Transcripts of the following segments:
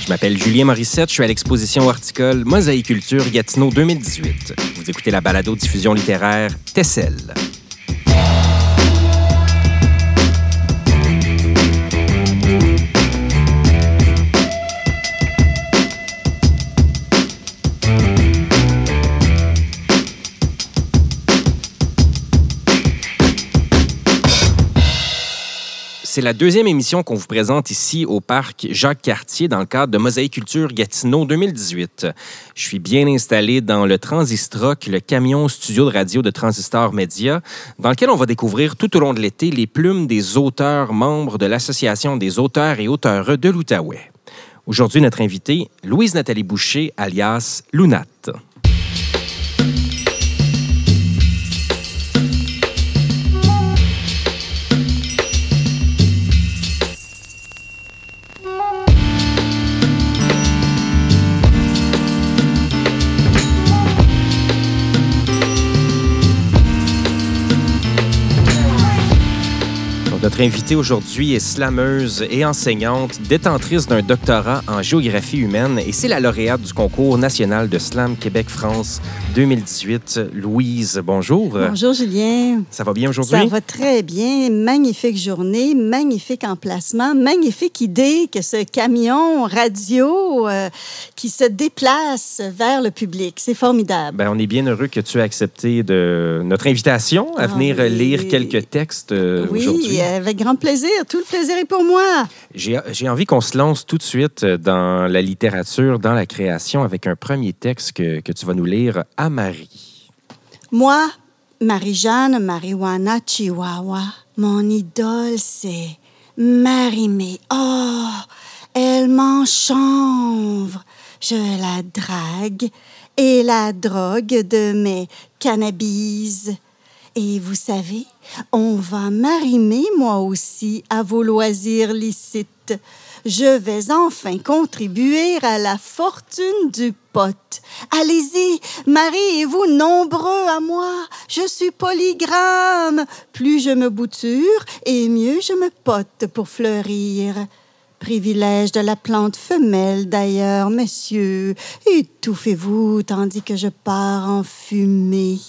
Je m'appelle Julien Morissette, je suis à l'exposition horticole Mosaïculture Gatineau 2018. Vous écoutez la balado-diffusion littéraire Tessel. C'est la deuxième émission qu'on vous présente ici au parc Jacques-Cartier dans le cadre de Mosaïculture Gatineau 2018. Je suis bien installé dans le Transistrock, le camion studio de radio de Transistor Média, dans lequel on va découvrir tout au long de l'été les plumes des auteurs membres de l'Association des auteurs et auteures de l'Outaouais. Aujourd'hui, notre invitée, Louise-Nathalie Boucher, alias Lounat. Notre invitée aujourd'hui est slameuse et enseignante, détentrice d'un doctorat en géographie humaine et c'est la lauréate du concours national de Slam Québec-France 2018. Louise, bonjour. Bonjour Julien. Ça va bien aujourd'hui? Ça va très bien. Magnifique journée, magnifique emplacement, magnifique idée que ce camion radio qui se déplace vers le public. C'est formidable. On est bien heureux que tu aies accepté de notre invitation à venir lire quelques textes aujourd'hui. Oui, avec grand plaisir. Tout le plaisir est pour moi. J'ai envie qu'on se lance tout de suite dans la littérature, dans la création, avec un premier texte que tu vas nous lire, à Marie. Moi, Marie-Jeanne Marijuana Chihuahua, mon idole, c'est Marie-Mé. Oh, elle m'enchanvre. Je la drague et la drogue de mes cannabis. Et vous savez, on va m'arrimer, moi aussi, à vos loisirs licites. Je vais enfin contribuer à la fortune du pot. Allez-y, mariez-vous nombreux à moi. Je suis polygramme. Plus je me bouture, et mieux je me pote pour fleurir. Privilège de la plante femelle, d'ailleurs, messieurs. Étouffez-vous tandis que je pars en fumée.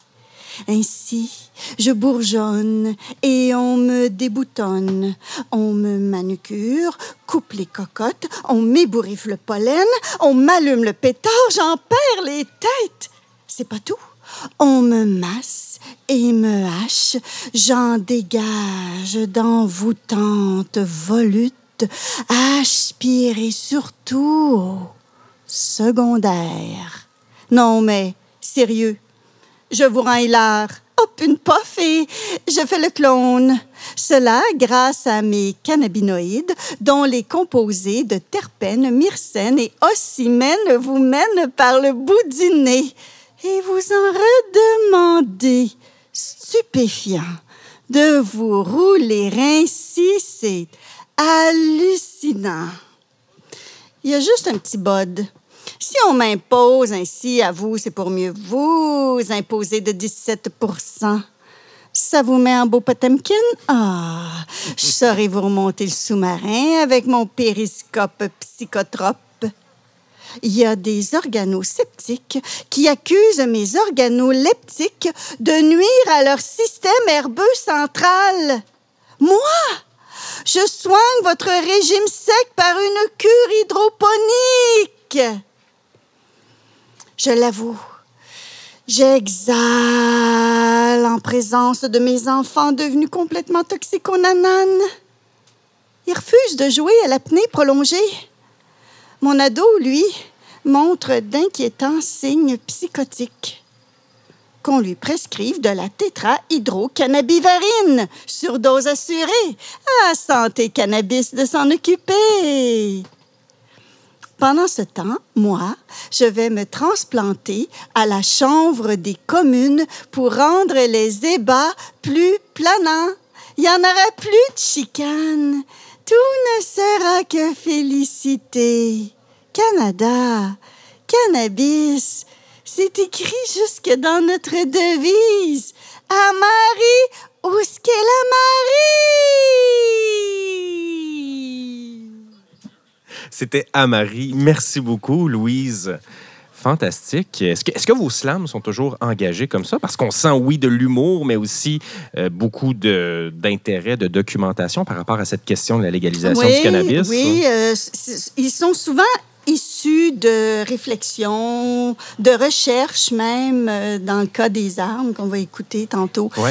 Ainsi, je bourgeonne et on me déboutonne. On me manucure, coupe les cocottes, on m'ébouriffe le pollen, on m'allume le pétard, j'en perds les têtes. C'est pas tout. On me masse et me hache, j'en dégage d'envoûtantes volutes, aspire et surtout au secondaire. Non, mais sérieux. Je vous rends hilar. Hop, une puff et je fais le clone. Cela grâce à mes cannabinoïdes dont les composés de terpènes, myrcène et ocimène vous mènent par le bout du nez. Et vous en redemandez, stupéfiant, de vous rouler ainsi, c'est hallucinant. Il y a juste un petit bod. Si on m'impose ainsi à vous, c'est pour mieux vous imposer de 17%. Ça vous met en beau Potemkin? Ah, je saurai vous remonter le sous-marin avec mon périscope psychotrope. Il y a des organosceptiques qui accusent mes organoleptiques de nuire à leur système herbeux central. Moi, je soigne votre régime sec par une cure hydroponique. Je l'avoue, j'exhale en présence de mes enfants devenus complètement toxico-nananes. Ils refusent de jouer à l'apnée prolongée. Mon ado, lui, montre d'inquiétants signes psychotiques. Qu'on lui prescrive de la tétrahydrocannabivarine, surdose assurée. Ah, santé cannabis de s'en occuper. Pendant ce temps, moi, je vais me transplanter à la Chambre des communes pour rendre les ébats plus planants. Il n'y en aura plus de chicanes. Tout ne sera que félicité. Canada, cannabis, c'est écrit jusque dans notre devise. À Marie, où est-ce qu'est la Marie? C'était Amari. Merci beaucoup, Louise. Fantastique. Est-ce que vos slams sont toujours engagés comme ça? Parce qu'on sent, oui, de l'humour, mais aussi beaucoup d'intérêt, de documentation par rapport à cette question de la légalisation du cannabis. Oui, ils sont souvent issus de réflexions, de recherches même, dans le cas des armes qu'on va écouter tantôt. Ouais.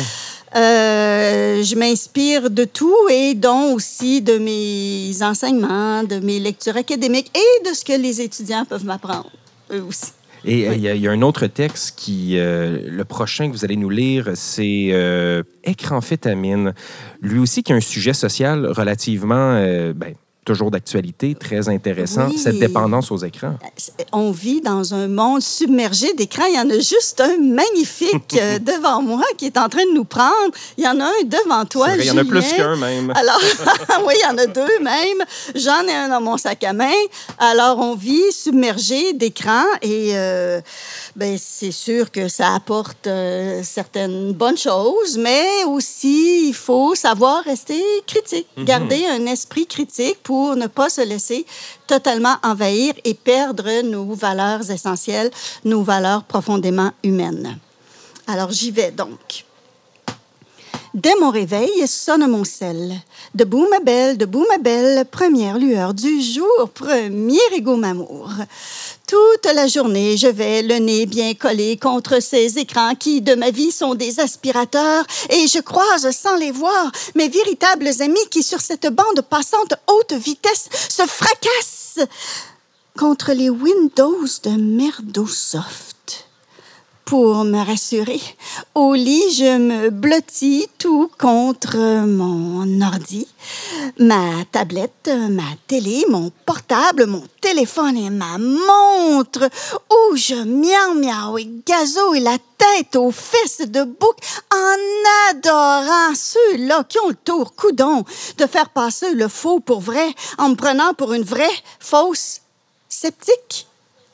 Je m'inspire de tout et dont aussi de mes enseignements, de mes lectures académiques et de ce que les étudiants peuvent m'apprendre, eux aussi. Et il y a un autre texte qui, le prochain que vous allez nous lire, c'est Écranphétamine. Lui aussi qui a un sujet social relativement, toujours d'actualité, très intéressant, Oui. cette dépendance aux écrans. On vit dans un monde submergé d'écrans. Il y en a juste un magnifique devant moi qui est en train de nous prendre. Il y en a un devant toi, Julien. Il y en a plus qu'un même. Alors, oui, il y en a deux même. J'en ai un dans mon sac à main. Alors, on vit submergé d'écrans et c'est sûr que ça apporte certaines bonnes choses, mais aussi, il faut savoir rester critique, garder un esprit critique pour ne pas se laisser totalement envahir et perdre nos valeurs essentielles, nos valeurs profondément humaines. Alors, j'y vais donc. Dès mon réveil, sonne mon sel. Debout ma belle, première lueur du jour, premier égaux m'amour. Toute la journée, je vais le nez bien collé contre ces écrans qui, de ma vie, sont des aspirateurs et je croise sans les voir mes véritables amis qui, sur cette bande passante haute vitesse, se fracassent contre les Windows de Merdosoft. Pour me rassurer, au lit, je me blottis tout contre mon ordi, ma tablette, ma télé, mon portable, mon téléphone et ma montre, où je miaou et gazo et la tête aux fesses de bouc en adorant ceux-là qui ont le tour coudon de faire passer le faux pour vrai en me prenant pour une vraie fausse sceptique.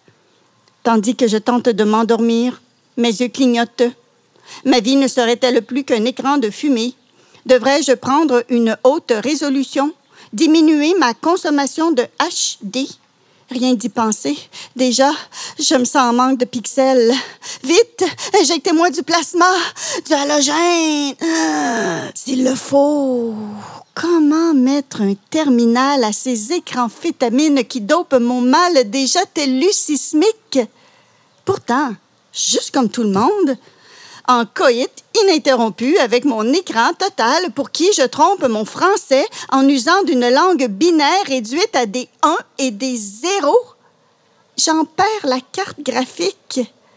Tandis que je tente de m'endormir, mes yeux clignotent. Ma vie ne serait-elle plus qu'un écran de fumée? Devrais-je prendre une haute résolution? Diminuer ma consommation de HD? Rien d'y penser. Déjà, je me sens en manque de pixels. Vite, injectez-moi du plasma, du halogène, s'il le faut. Comment mettre un terminal à ces écranphétamines qui dopent mon mal déjà telu sismique? Pourtant, juste comme tout le monde, en coït ininterrompu avec mon écran total pour qui je trompe mon français en usant d'une langue binaire réduite à des 1 et des 0, j'en perds la carte graphique.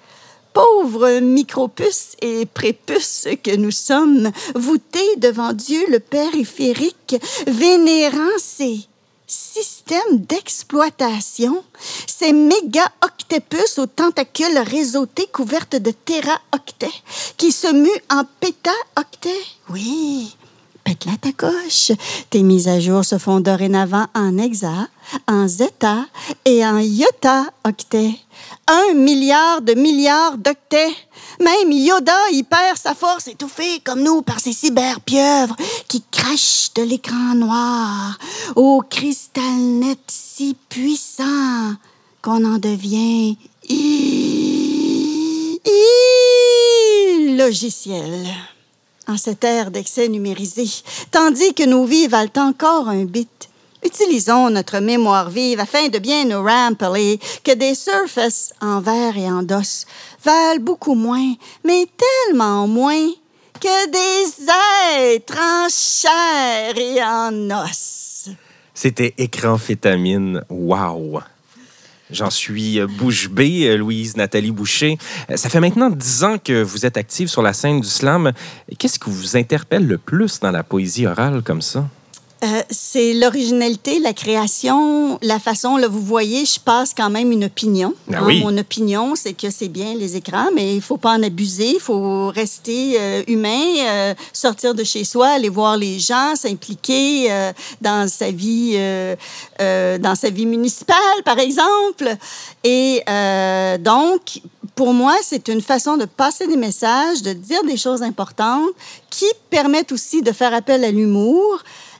Pauvres micropuces et prépuces que nous sommes, voûtés devant Dieu le périphérique, vénérant ces systèmes d'exploitation, ces méga-octopus aux tentacules réseautés couvertes de téraoctets qui se muent en pétaoctets. Oui, pète-la ta coche. Tes mises à jour se font dorénavant en hexa, en zeta et en iota-octets. 1 milliard de milliards d'octets. Même Yoda y perd sa force étouffée comme nous par ces cyberpieuvres qui crachent de l'écran noir au cristal net si puissant qu'on en devient logiciel en cette ère d'excès numérisé, tandis que nos vies valent encore un bit. Utilisons notre mémoire vive afin de bien nous rappeler que des surfaces en verre et en os valent beaucoup moins, mais tellement moins que des êtres en chair et en os. C'était Écranphétamine. Wow! J'en suis bouche bée, Louise Nathalie Boucher. Ça fait maintenant 10 ans que vous êtes active sur la scène du slam. Qu'est-ce qui vous interpelle le plus dans la poésie orale comme ça? C'est l'originalité, la création, la façon, là, vous voyez, je passe quand même une opinion. Ah oui. Mon opinion, c'est que c'est bien les écrans, mais il ne faut pas en abuser, il faut rester humain, sortir de chez soi, aller voir les gens, s'impliquer dans sa vie municipale, par exemple. Et donc, pour moi, c'est une façon de passer des messages, de dire des choses importantes qui permettent aussi de faire appel à l'humour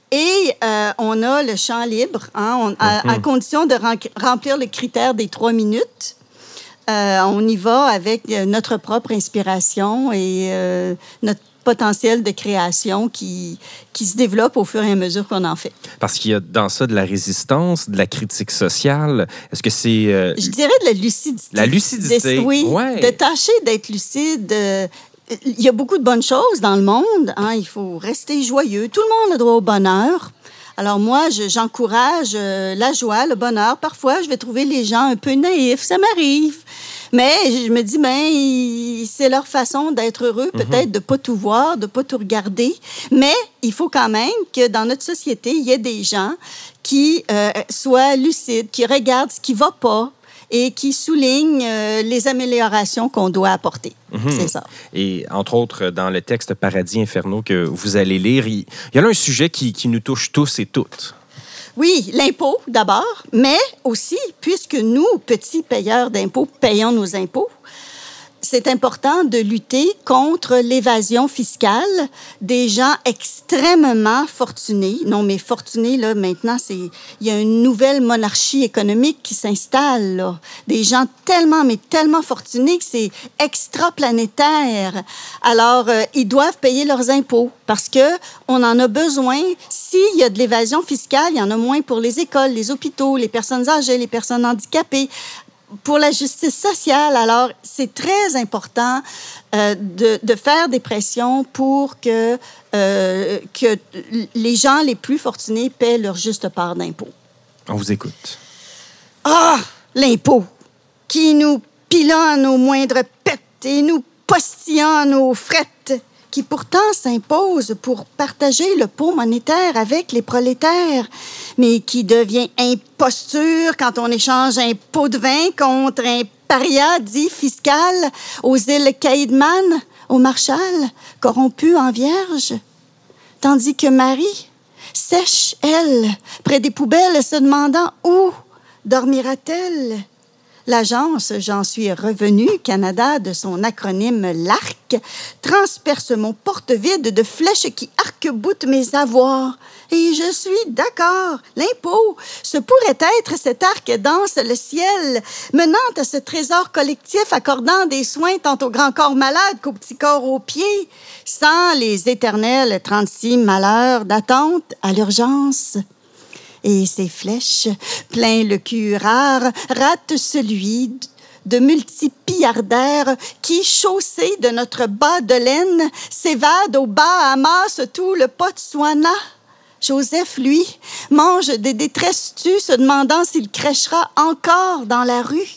Et on a le champ libre, hein, à condition de remplir le critère des 3 minutes. On y va avec notre propre inspiration et notre potentiel de création qui se développe au fur et à mesure qu'on en fait. Parce qu'il y a dans ça de la résistance, de la critique sociale. Est-ce que c'est... Je dirais de la lucidité. La lucidité, oui. Ouais. De tâcher d'être lucide. Il y a beaucoup de bonnes choses dans le monde. Hein, il faut rester joyeux. Tout le monde a droit au bonheur. Alors moi, j'encourage la joie, le bonheur. Parfois, je vais trouver les gens un peu naïfs. Ça m'arrive. Mais je me dis, c'est leur façon d'être heureux, peut-être de ne pas tout voir, de ne pas tout regarder. Mais il faut quand même que dans notre société, il y ait des gens qui soient lucides, qui regardent ce qui ne va pas et qui soulignent les améliorations qu'on doit apporter. C'est ça. Et entre autres, dans le texte Paradis infernaux que vous allez lire, il y a là un sujet qui nous touche tous et toutes. Oui, l'impôt d'abord, mais aussi, puisque nous, petits payeurs d'impôts, payons nos impôts, c'est important de lutter contre l'évasion fiscale des gens extrêmement fortunés. Non, mais fortunés, là, maintenant, il y a une nouvelle monarchie économique qui s'installe, là. Des gens tellement, mais tellement fortunés que c'est extraplanétaire. Alors, ils doivent payer leurs impôts parce qu'on en a besoin. S'il y a de l'évasion fiscale, il y en a moins pour les écoles, les hôpitaux, les personnes âgées, les personnes handicapées. Pour la justice sociale, alors, c'est très important de faire des pressions pour que les gens les plus fortunés paient leur juste part d'impôt. On vous écoute. Ah! L'impôt qui nous pilonne aux moindres pets et nous postillonne aux frettes, qui pourtant s'impose pour partager le pot monétaire avec les prolétaires, mais qui devient imposture quand on échange un pot de vin contre un paria dit fiscal aux îles Caïdman, au Marshall, corrompu en vierge. Tandis que Marie sèche, elle, près des poubelles, se demandant où dormira-t-elle. L'agence J'en suis revenu Canada, de son acronyme LARC, transperce mon porte-vide de flèches qui arc-boutent mes avoirs. Et je suis d'accord, l'impôt, ce pourrait être cet arc dense le ciel, menant à ce trésor collectif accordant des soins tant au grand corps malade qu'au petit corps aux pieds, sans les éternels 36 malheurs d'attente à l'urgence. Et ces flèches, plein le cul rare, ratent celui de multipilliardaires qui, chaussés de notre bas de laine, s'évadent au bas, amassent tout le Botswana. Joseph, lui, mange des détresses tues, se demandant s'il crèchera encore dans la rue.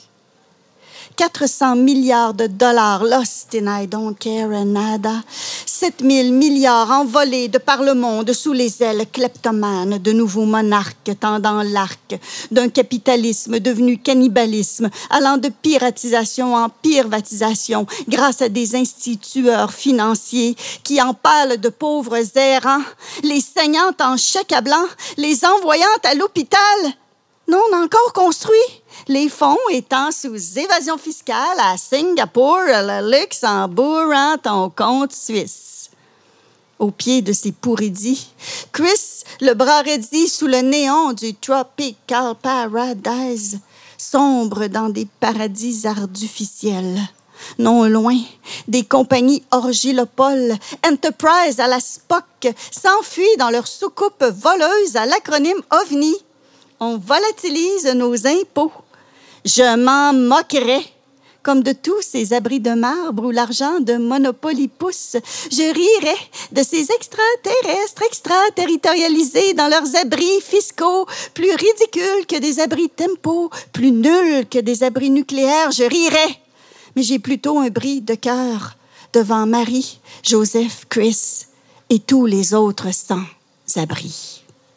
400 milliards de dollars lost in I don't care a nada. 7000 milliards envolés de par le monde sous les ailes kleptomanes de nouveaux monarques tendant l'arc d'un capitalisme devenu cannibalisme, allant de piratisation en privatisation grâce à des instituteurs financiers qui empalent de pauvres errants, les saignant en chèques à blanc, les envoyant à l'hôpital. Non encore construit, les fonds étant sous évasion fiscale à Singapour, à le Luxembourg, en ton compte suisse. Au pied de ces pourridis, Chris, le bras raidi sous le néon du Tropical Paradise, sombre dans des paradis artificiels. Non loin, des compagnies orgilopoles, Enterprise à la Spock, s'enfuient dans leur soucoupe voleuse à l'acronyme OVNI. On volatilise nos impôts. Je m'en moquerais, comme de tous ces abris de marbre où l'argent de Monopoly pousse. Je rirais de ces extraterrestres extraterritorialisés dans leurs abris fiscaux, plus ridicules que des abris tempo, plus nuls que des abris nucléaires. Je rirais, mais j'ai plutôt un bris de cœur devant Marie, Joseph, Chris et tous les autres sans-abri.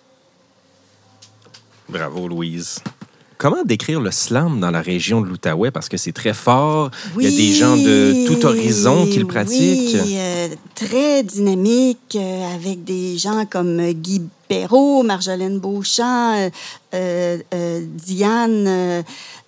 Bravo, Louise. Comment décrire le slam dans la région de l'Outaouais? Parce que c'est très fort. Oui, il y a des gens de tout horizon qui le pratiquent. Oui, très dynamique, avec des gens comme Guy Perrault, Marjolaine Beauchamp, Diane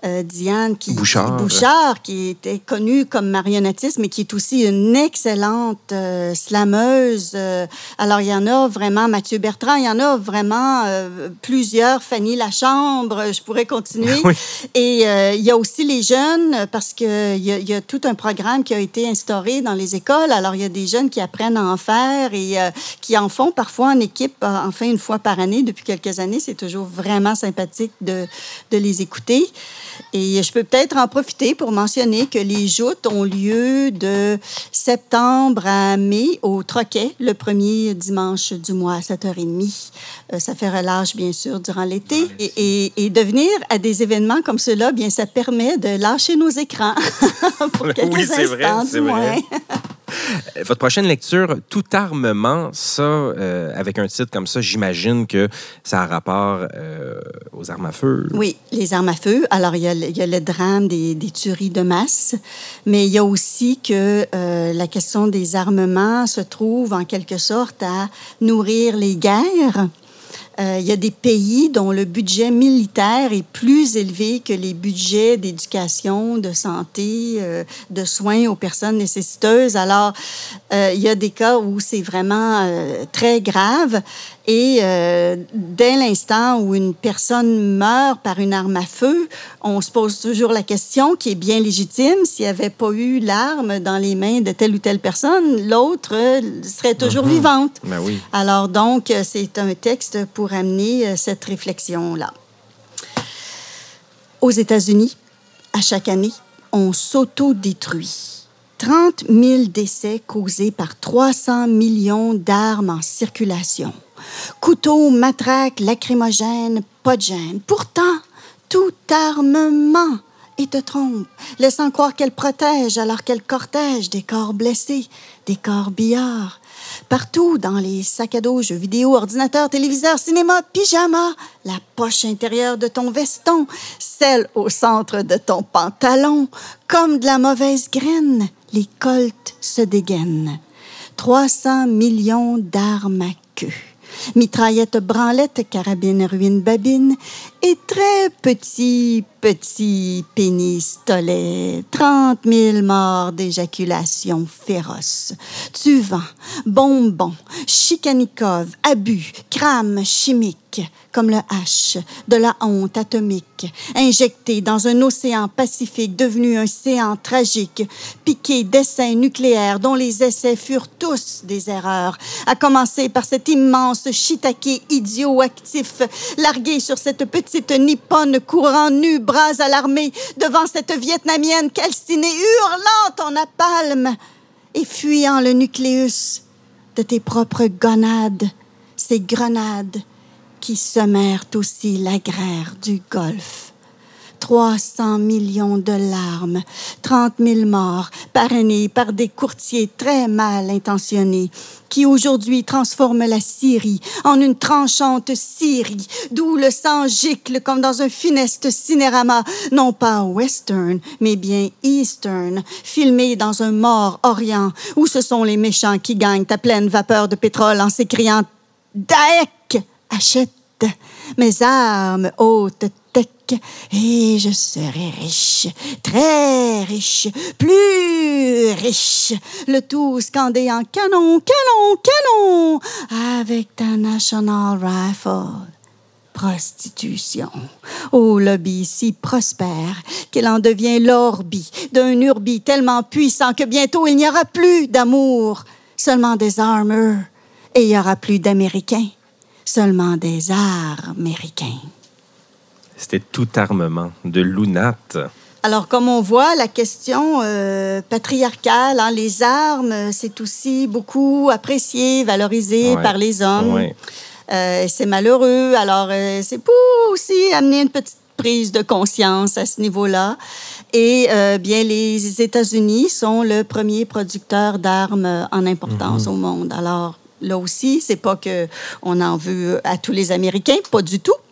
Diane Bouchard, qui était connue comme marionnettiste, mais qui est aussi une excellente slameuse. Alors, il y en a vraiment, Mathieu Bertrand, il y en a vraiment plusieurs, Fanny Lachambre, je pourrais continuer. Oui. Et il y a aussi les jeunes, parce qu'il y a tout un programme qui a été instauré dans les écoles. Alors, il y a des jeunes qui apprennent à en faire et qui en font parfois en équipe, enfin une fois par année, depuis quelques années. C'est toujours vraiment sympathique de les écouter. Et je peux peut-être en profiter pour mentionner que les joutes ont lieu de septembre à mai au Troquet, le premier dimanche du mois à 7h30. Ça fait relâche, bien sûr, durant l'été. Et de venir à des événements comme ceux-là, bien, ça permet de lâcher nos écrans pour quelques instants, du moins. Votre prochaine lecture, Tout armement, ça, avec un titre comme ça, j'imagine que ça a rapport aux armes à feu. Oui, les armes à feu. Alors, il y a le drame des tueries de masse, mais il y a aussi que la question des armements se trouve en quelque sorte à nourrir les guerres. Il y a des pays dont le budget militaire est plus élevé que les budgets d'éducation, de santé, de soins aux personnes nécessiteuses. Alors, il y a des cas où c'est vraiment très grave. Et dès l'instant où une personne meurt par une arme à feu, on se pose toujours la question, qui est bien légitime, s'il n'y avait pas eu l'arme dans les mains de telle ou telle personne, l'autre serait toujours vivante. Ben oui. Alors donc, c'est un texte pour amener cette réflexion-là. Aux États-Unis, à chaque année, on s'autodétruit. 30 000 décès causés par 300 millions d'armes en circulation. Couteaux, matraques, lacrymogènes, pas de gêne. Pourtant, tout armement et te trompe, laissant croire qu'elle protège alors qu'elle cortège des corps blessés, des corps billards. Partout, dans les sacs à dos, jeux vidéo, ordinateurs, téléviseurs, cinéma, pyjama, la poche intérieure de ton veston, celle au centre de ton pantalon, comme de la mauvaise graine, les colts se dégainent. 300 millions d'armes à queue. Mitraillette, branlette, carabine, ruine, babine et très petit pénistolet. 30 000 morts d'éjaculation féroce. Tuvant, bonbons, chicanikov, abus, crame chimique, comme le H, de la honte atomique, injecté dans un océan pacifique devenu un séant tragique, piqué d'essais nucléaires dont les essais furent tous des erreurs, à commencer par cet immense shiitake idiot actif, largué sur cette petite nippone courant nue, bras alarmés, devant cette Vietnamienne calcinée, hurlant ton napalm et fuyant le nucléus de tes propres gonades, ces grenades qui semèrent aussi l'agraire du Golfe. 300 millions de larmes, 30 000 morts, parrainés par des courtiers très mal intentionnés, qui aujourd'hui transforment la Syrie en une tranchante Syrie, d'où le sang gicle comme dans un funeste cinérama, non pas western, mais bien eastern, filmé dans un mort orient, où ce sont les méchants qui gagnent à pleine vapeur de pétrole en s'écriant « Daek, achète mes armes haute tech et je serai riche, très riche, plus riche. » Le tout scandé en canon, canon, canon, avec ta National Rifle. Prostitution. Au lobby si prospère qu'elle en devient l'orbi d'un urbi tellement puissant que bientôt il n'y aura plus d'amour, seulement des armures, et il n'y aura plus d'Américains. Seulement des arts américains. C'était Tout armement de Lounat. Alors, comme on voit, la question patriarcale, hein, les armes, c'est aussi beaucoup apprécié, valorisé par les hommes. Ouais. C'est malheureux. Alors, c'est pour aussi amener une petite prise de conscience à ce niveau-là. Et bien, les États-Unis sont le premier producteur d'armes en importance au monde. Alors, là aussi, c'est pas qu'on en veut à tous les Américains, pas du tout.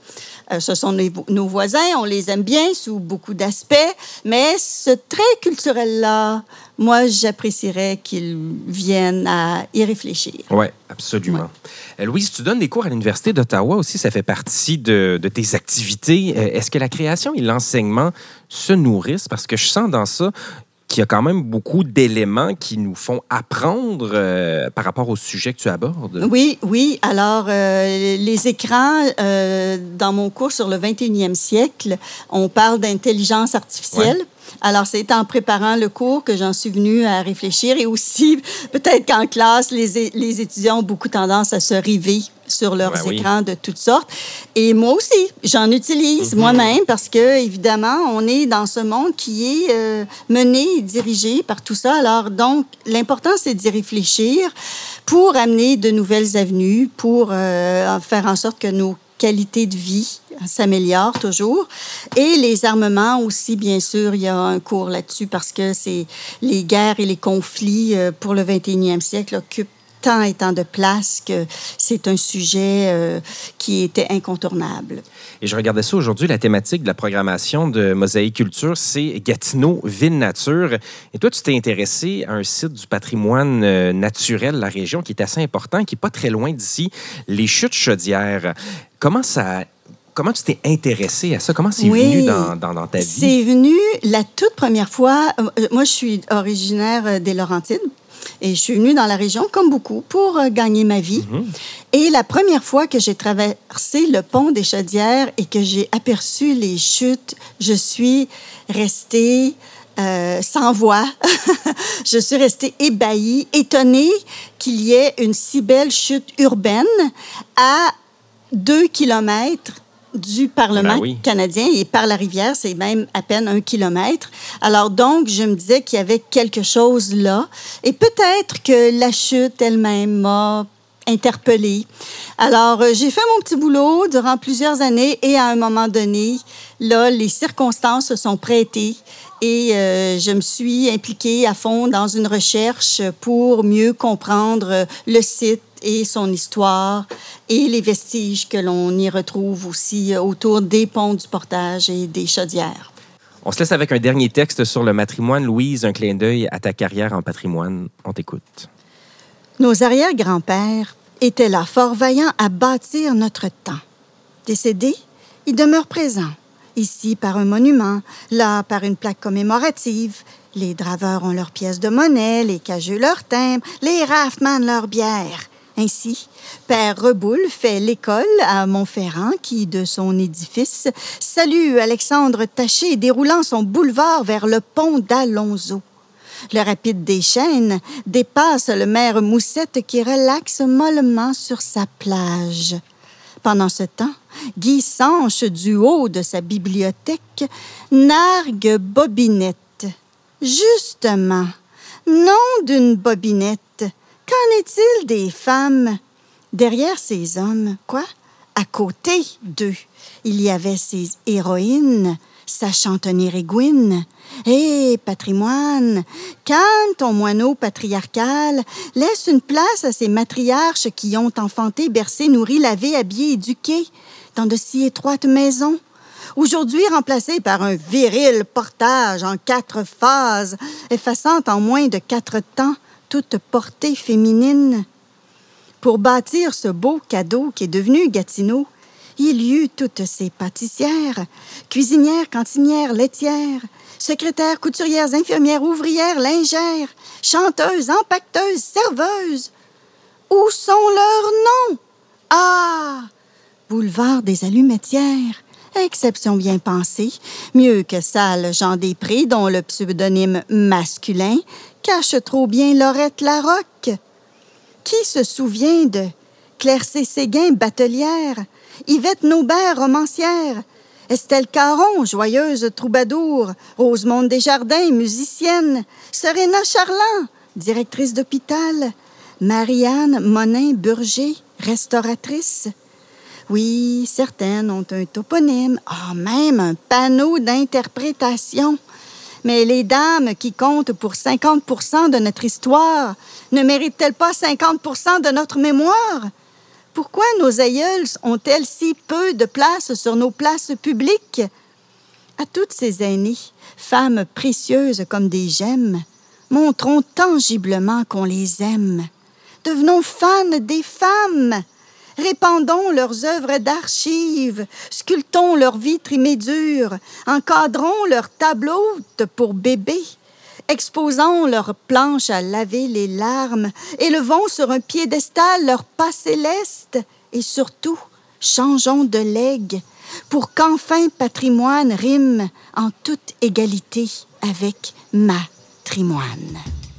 Ce sont nos voisins, on les aime bien sous beaucoup d'aspects, mais ce trait culturel-là, moi, j'apprécierais qu'ils viennent à y réfléchir. Oui, absolument. Ouais. Louise, tu donnes des cours à l'Université d'Ottawa aussi, ça fait partie de tes activités. Est-ce que la création et l'enseignement se nourrissent? Parce que je sens dans ça qu'il y a quand même beaucoup d'éléments qui nous font apprendre par rapport au sujet que tu abordes. Oui. Alors, les écrans, dans mon cours sur le 21e siècle, on parle d'intelligence artificielle. Ouais. Alors, c'est en préparant le cours que j'en suis venue à réfléchir et aussi, peut-être qu'en classe, les étudiants ont beaucoup tendance à se river sur leurs écrans de toutes sortes. Et moi aussi, j'en utilise moi-même parce que, évidemment, on est dans ce monde qui est mené et dirigé par tout ça. Alors, donc, l'important, c'est d'y réfléchir pour amener de nouvelles avenues, pour faire en sorte que nos qualité de vie s'améliore toujours. Et les armements aussi, bien sûr, il y a un cours là-dessus parce que c'est les guerres et les conflits pour le 21e siècle occupent tant et tant de place que c'est un sujet qui était incontournable. Et je regardais ça aujourd'hui, la thématique de la programmation de Mosaïque Culture, c'est Gatineau, ville nature. Et toi, tu t'es intéressé à un site du patrimoine naturel de la région qui est assez important, qui n'est pas très loin d'ici, les Chutes Chaudières. Comment tu t'es intéressé à ça? Comment c'est venu dans ta vie? C'est venu la toute première fois. Moi, je suis originaire des Laurentides. Et je suis venue dans la région, comme beaucoup, pour gagner ma vie. Et la première fois que j'ai traversé le pont des Chaudières et que j'ai aperçu les chutes, je suis restée sans voix. Je suis restée ébahie, étonnée qu'il y ait une si belle chute urbaine à 2 kilomètres du Parlement canadien et par la rivière, c'est même à peine 1 kilomètre. Alors donc, je me disais qu'il y avait quelque chose là et peut-être que la chute elle-même m'a interpellée. Alors, j'ai fait mon petit boulot durant plusieurs années et à un moment donné, là, les circonstances se sont prêtées et je me suis impliquée à fond dans une recherche pour mieux comprendre le site et son histoire et les vestiges que l'on y retrouve aussi autour des ponts du Portage et des Chaudières. On se laisse avec un dernier texte sur le matrimoine. Louise, un clin d'œil à ta carrière en patrimoine. On t'écoute. Nos arrière-grands-pères étaient là, fort vaillants à bâtir notre temps. Décédés, ils demeurent présents. Ici par un monument, là par une plaque commémorative. Les draveurs ont leurs pièces de monnaie, les cageux leurs timbres, les rafemans leur bière. Ainsi, Père Reboul fait l'école à Montferrand qui, de son édifice, salue Alexandre Taché déroulant son boulevard vers le pont d'Alonzo. Le rapide des Chênes dépasse le maire Moussette qui relaxe mollement sur sa plage. Pendant ce temps, Guy Sanche, du haut de sa bibliothèque, nargue Bobinette. Justement, nom d'une Bobinette. Qu'en est-il des femmes? Derrière ces hommes, quoi? À côté d'eux, il y avait ces héroïnes, sachant tenir égouine. Hé, patrimoine, calme ton moineau patriarcal, laisse une place à ces matriarches qui ont enfanté, bercé, nourri, lavé, habillé, éduqué dans de si étroites maisons. Aujourd'hui remplacé par un viril portage en 4 phases, effaçant en moins de 4 temps toute portée féminine. Pour bâtir ce beau cadeau qui est devenu Gatineau, il y eut toutes ces pâtissières, cuisinières, cantinières, laitières, secrétaires, couturières, infirmières, ouvrières, lingères, chanteuses, empaqueteuses, serveuses. Où sont leurs noms? Ah! Boulevard des Allumettières. Exception bien pensée, mieux que Salle Jean Després, dont le pseudonyme masculin cache trop bien Laurette Larocque. Qui se souvient de Claire-C. Séguin, batelière, Yvette Naubert, romancière, Estelle Caron, joyeuse troubadour, Rosemonde Desjardins, musicienne, Serena Charland, directrice d'hôpital, Marianne Monin-Burger, restauratrice. Oui, certaines ont un toponyme, même un panneau d'interprétation. Mais les dames qui comptent pour 50% de notre histoire ne méritent-elles pas 50% de notre mémoire? Pourquoi nos aïeules ont-elles si peu de place sur nos places publiques? À toutes ces aînées, femmes précieuses comme des gemmes, montrons tangiblement qu'on les aime. Devenons fans des femmes. Répandons leurs œuvres d'archives, sculptons leurs vitres immédures, encadrons leurs tableaux pour bébés, exposons leurs planches à laver les larmes, élevons sur un piédestal leurs pas célestes et surtout, changeons de legs pour qu'enfin patrimoine rime en toute égalité avec matrimoine.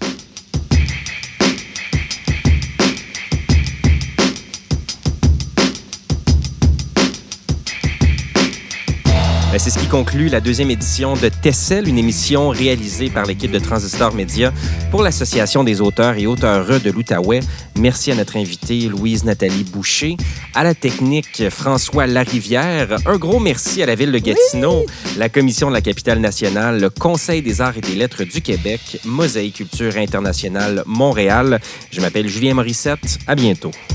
C'est ce qui conclut la deuxième édition de Tessel, une émission réalisée par l'équipe de Transistor Média pour l'Association des auteurs et auteures de l'Outaouais. Merci à notre invitée Louise-Nathalie Boucher, à la technique François Larivière. Un gros merci à la Ville de Gatineau, la Commission de la capitale nationale, le Conseil des arts et des lettres du Québec, Mosaïque Culture Internationale Montréal. Je m'appelle Julien Morissette. À bientôt.